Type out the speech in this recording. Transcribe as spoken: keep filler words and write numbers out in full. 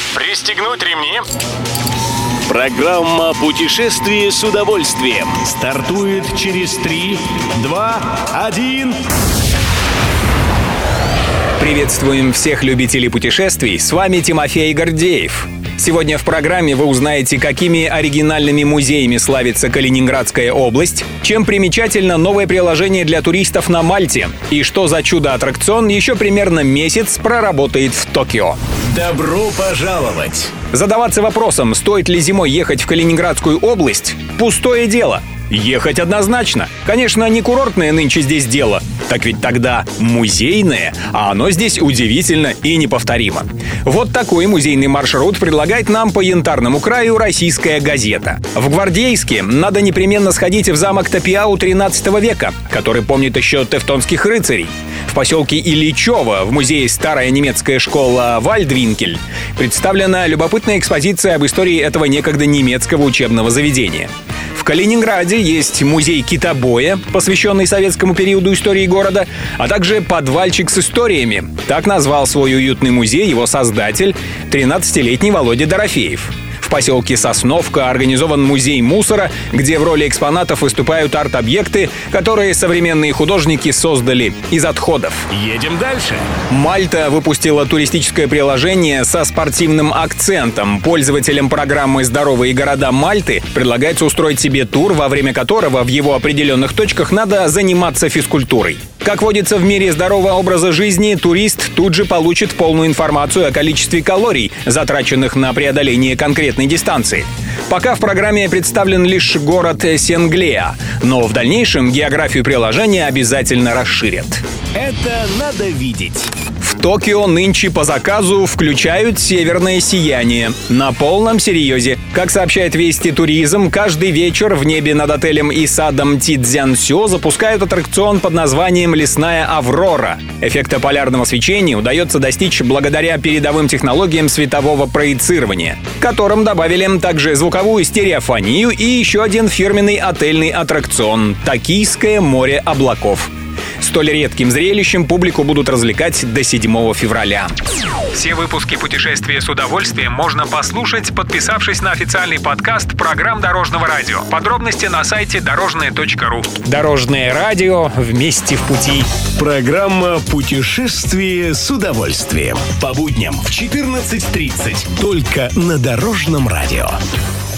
Пристегнуть ремни. Программа «Путешествие с удовольствием» стартует через три, два, один. Приветствуем всех любителей путешествий, с вами Тимофей Гордеев. Сегодня в программе вы узнаете, какими оригинальными музеями славится Калининградская область, чем примечательно новое приложение для туристов на Мальте и что за чудо-аттракцион еще примерно месяц проработает в Токио. Добро пожаловать! Задаваться вопросом, стоит ли зимой ехать в Калининградскую область, пустое дело. Ехать однозначно. Конечно, не курортное нынче здесь дело. Так ведь тогда музейное, а оно здесь удивительно и неповторимо. Вот такой музейный маршрут предлагает нам по Янтарному краю «Российская газета». В Гвардейске надо непременно сходить в замок Тапиау тринадцатого века, который помнит еще тевтонских рыцарей. В поселке Ильичево в музее «Старая немецкая школа Вальдвинкель» представлена любопытная экспозиция об истории этого некогда немецкого учебного заведения. В Калининграде есть музей китобоя, посвященный советскому периоду истории города, а также подвальчик с историями. Так назвал свой уютный музей его создатель, тринадцатилетний Володя Дорофеев. В поселке Сосновка организован музей мусора, где в роли экспонатов выступают арт-объекты, которые современные художники создали из отходов. Едем дальше. Мальта выпустила туристическое приложение со спортивным акцентом. Пользователям программы «Здоровые города Мальты» предлагается устроить себе тур, во время которого в его определенных точках надо заниматься физкультурой. Как водится в мире здорового образа жизни, турист тут же получит полную информацию о количестве калорий, затраченных на преодоление конкретной дистанции. Пока в программе представлен лишь город Сенглеа, но в дальнейшем географию приложения обязательно расширят. Это надо видеть. В Токио нынче по заказу включают «Северное сияние» на полном серьезе. Как сообщает Вести Туризм, каждый вечер в небе над отелем и садом Тидзянсё запускают аттракцион под названием «Лесная Аврора». Эффекта полярного свечения удается достичь благодаря передовым технологиям светового проецирования, к которым добавили также звуковую стереофонию и еще один фирменный отельный аттракцион «Токийское море облаков». Столь редким зрелищем публику будут развлекать до седьмого февраля. Все выпуски «Путешествия с удовольствием» можно послушать, подписавшись на официальный подкаст программ Дорожного радио. Подробности на сайте дорожное точка ру. Дорожное радио, вместе в пути. Программа «Путешествие с удовольствием». По будням в четырнадцать тридцать. Только на Дорожном радио.